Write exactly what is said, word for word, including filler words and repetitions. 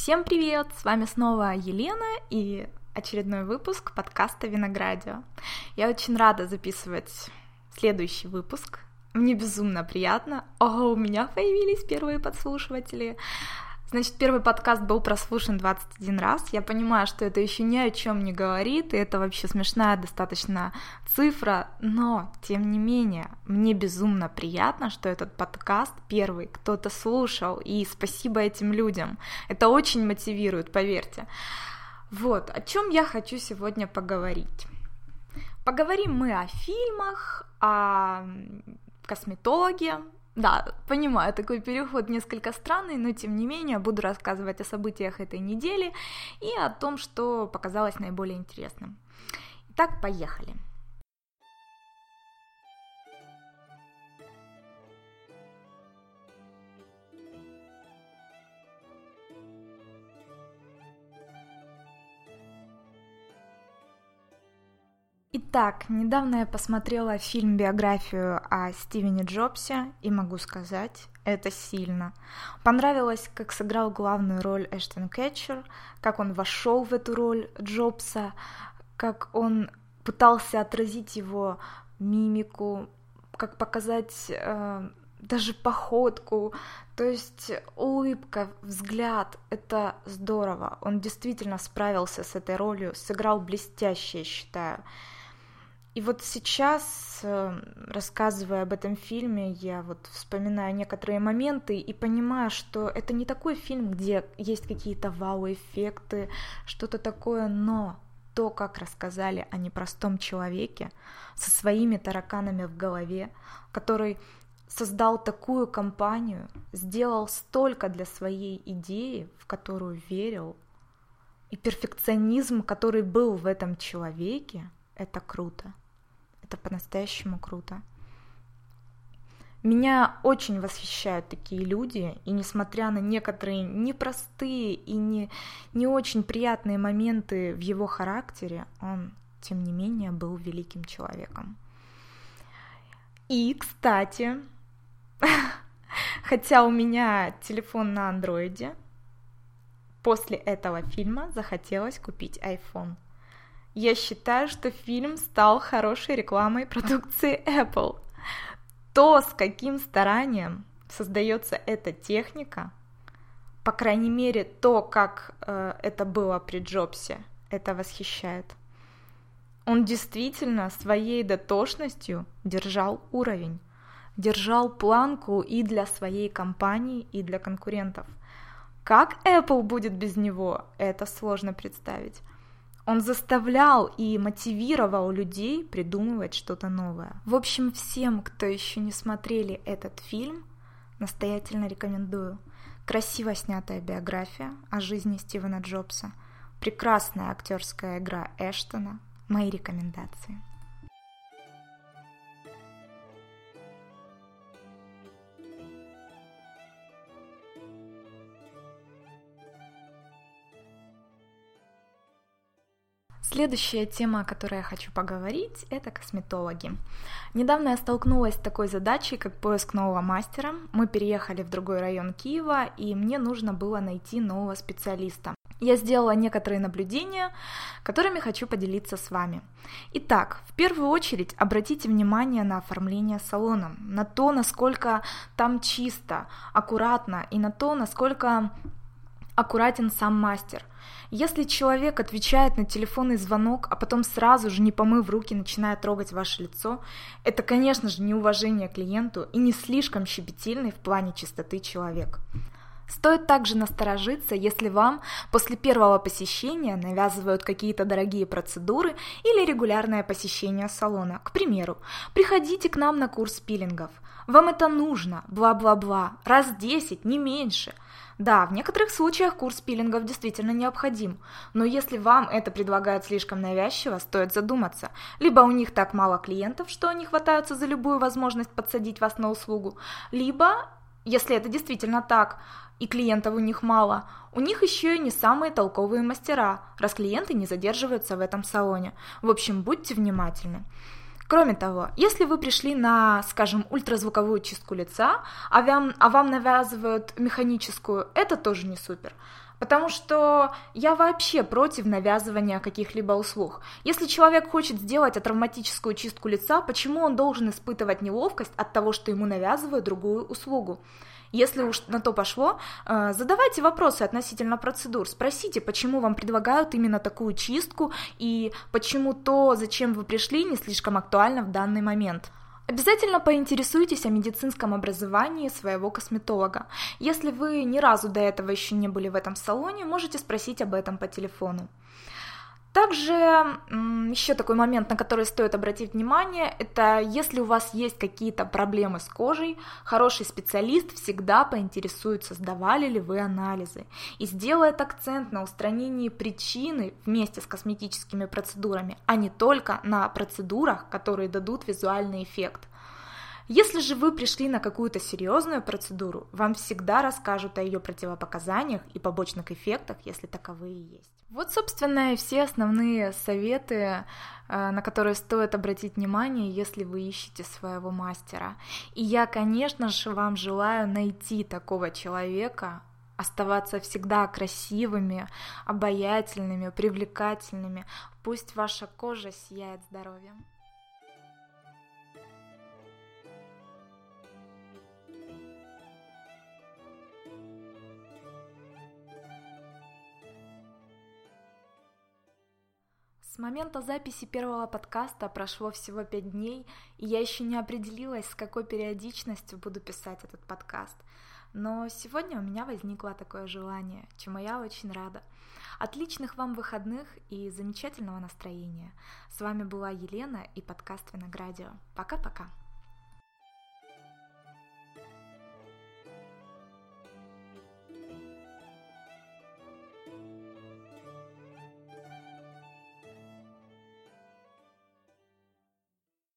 Всем привет! С вами снова Елена и очередной выпуск подкаста Виноградио. Я очень рада записывать следующий выпуск. Мне безумно приятно. О, у меня появились первые подслушиватели. Значит, первый подкаст был прослушан двадцать один раз. Я понимаю, что это еще ни о чем не говорит, и это вообще смешная достаточно цифра, но, тем не менее, мне безумно приятно, что этот подкаст первый кто-то слушал, и спасибо этим людям. Это очень мотивирует, поверьте. Вот, о чем я хочу сегодня поговорить. Поговорим мы о фильмах, о косметологе. Да, понимаю, такой переход несколько странный, но тем не менее буду рассказывать о событиях этой недели и о том, что показалось наиболее интересным. Итак, поехали. Итак, недавно я посмотрела фильм-биографию о Стивене Джобсе, и могу сказать, это сильно. Понравилось, как сыграл главную роль Эштон Катчер, как он вошел в эту роль Джобса, как он пытался отразить его мимику, как показать э, даже походку, то есть улыбка, взгляд, это здорово. Он действительно справился с этой ролью, сыграл блестяще, я считаю. И вот сейчас, рассказывая об этом фильме, я вот вспоминаю некоторые моменты и понимаю, что это не такой фильм, где есть какие-то вау-эффекты, что-то такое, но то, как рассказали о непростом человеке со своими тараканами в голове, который создал такую компанию, сделал столько для своей идеи, в которую верил, и перфекционизм, который был в этом человеке, это круто. Это по-настоящему круто. Меня очень восхищают такие люди, и несмотря на некоторые непростые и не, не очень приятные моменты в его характере, он, тем не менее, был великим человеком. И, кстати, хотя у меня телефон на андроиде, после этого фильма захотелось купить iPhone. Я считаю, что фильм стал хорошей рекламой продукции Apple. То, с каким старанием создается эта техника, по крайней мере, то, как э, это было при Джобсе, это восхищает. Он действительно своей дотошностью держал уровень, держал планку и для своей компании, и для конкурентов. Как Apple будет без него, это сложно представить. Он заставлял и мотивировал людей придумывать что-то новое. В общем, всем, кто еще не смотрели этот фильм, настоятельно рекомендую. Красиво снятая биография о жизни Стивена Джобса, прекрасная актерская игра Эштона, мои рекомендации. Следующая тема, о которой я хочу поговорить, это косметологи. Недавно я столкнулась с такой задачей, как поиск нового мастера. Мы переехали в другой район Киева, и мне нужно было найти нового специалиста. Я сделала некоторые наблюдения, которыми хочу поделиться с вами. Итак, в первую очередь обратите внимание на оформление салона, на то, насколько там чисто, аккуратно, и на то, насколько аккуратен сам мастер. Если человек отвечает на телефонный звонок, а потом сразу же, не помыв руки, начинает трогать ваше лицо, это, конечно же, неуважение клиенту и не слишком щепетильный в плане чистоты человек. Стоит также насторожиться, если вам после первого посещения навязывают какие-то дорогие процедуры или регулярное посещение салона. К примеру, приходите к нам на курс пилингов. Вам это нужно, бла-бла-бла, раз десять, не меньше. Да, в некоторых случаях курс пилингов действительно необходим, но если вам это предлагают слишком навязчиво, стоит задуматься. Либо у них так мало клиентов, что они хватаются за любую возможность подсадить вас на услугу, либо, если это действительно так, и клиентов у них мало, у них еще и не самые толковые мастера, раз клиенты не задерживаются в этом салоне. В общем, будьте внимательны. Кроме того, если вы пришли на, скажем, ультразвуковую чистку лица, а вам, а вам навязывают механическую, это тоже не супер. Потому что я вообще против навязывания каких-либо услуг. Если человек хочет сделать атравматическую чистку лица, почему он должен испытывать неловкость от того, что ему навязывают другую услугу? Если уж на то пошло, задавайте вопросы относительно процедур, спросите, почему вам предлагают именно такую чистку и почему то, зачем вы пришли, не слишком актуально в данный момент. Обязательно поинтересуйтесь о медицинском образовании своего косметолога. Если вы ни разу до этого еще не были в этом салоне, можете спросить об этом по телефону. Также еще такой момент, на который стоит обратить внимание, это если у вас есть какие-то проблемы с кожей, хороший специалист всегда поинтересуется, сдавали ли вы анализы, и сделает акцент на устранении причины вместе с косметическими процедурами, а не только на процедурах, которые дадут визуальный эффект. Если же вы пришли на какую-то серьезную процедуру, вам всегда расскажут о ее противопоказаниях и побочных эффектах, если таковые есть. Вот, собственно, и все основные советы, на которые стоит обратить внимание, если вы ищете своего мастера. И я, конечно же, вам желаю найти такого человека, оставаться всегда красивыми, обаятельными, привлекательными. Пусть ваша кожа сияет здоровьем. С момента записи первого подкаста прошло всего пять дней, и я еще не определилась, с какой периодичностью буду писать этот подкаст. Но сегодня у меня возникло такое желание, чему я очень рада. Отличных вам выходных и замечательного настроения. С вами была Елена и подкаст Виноградио. Пока-пока.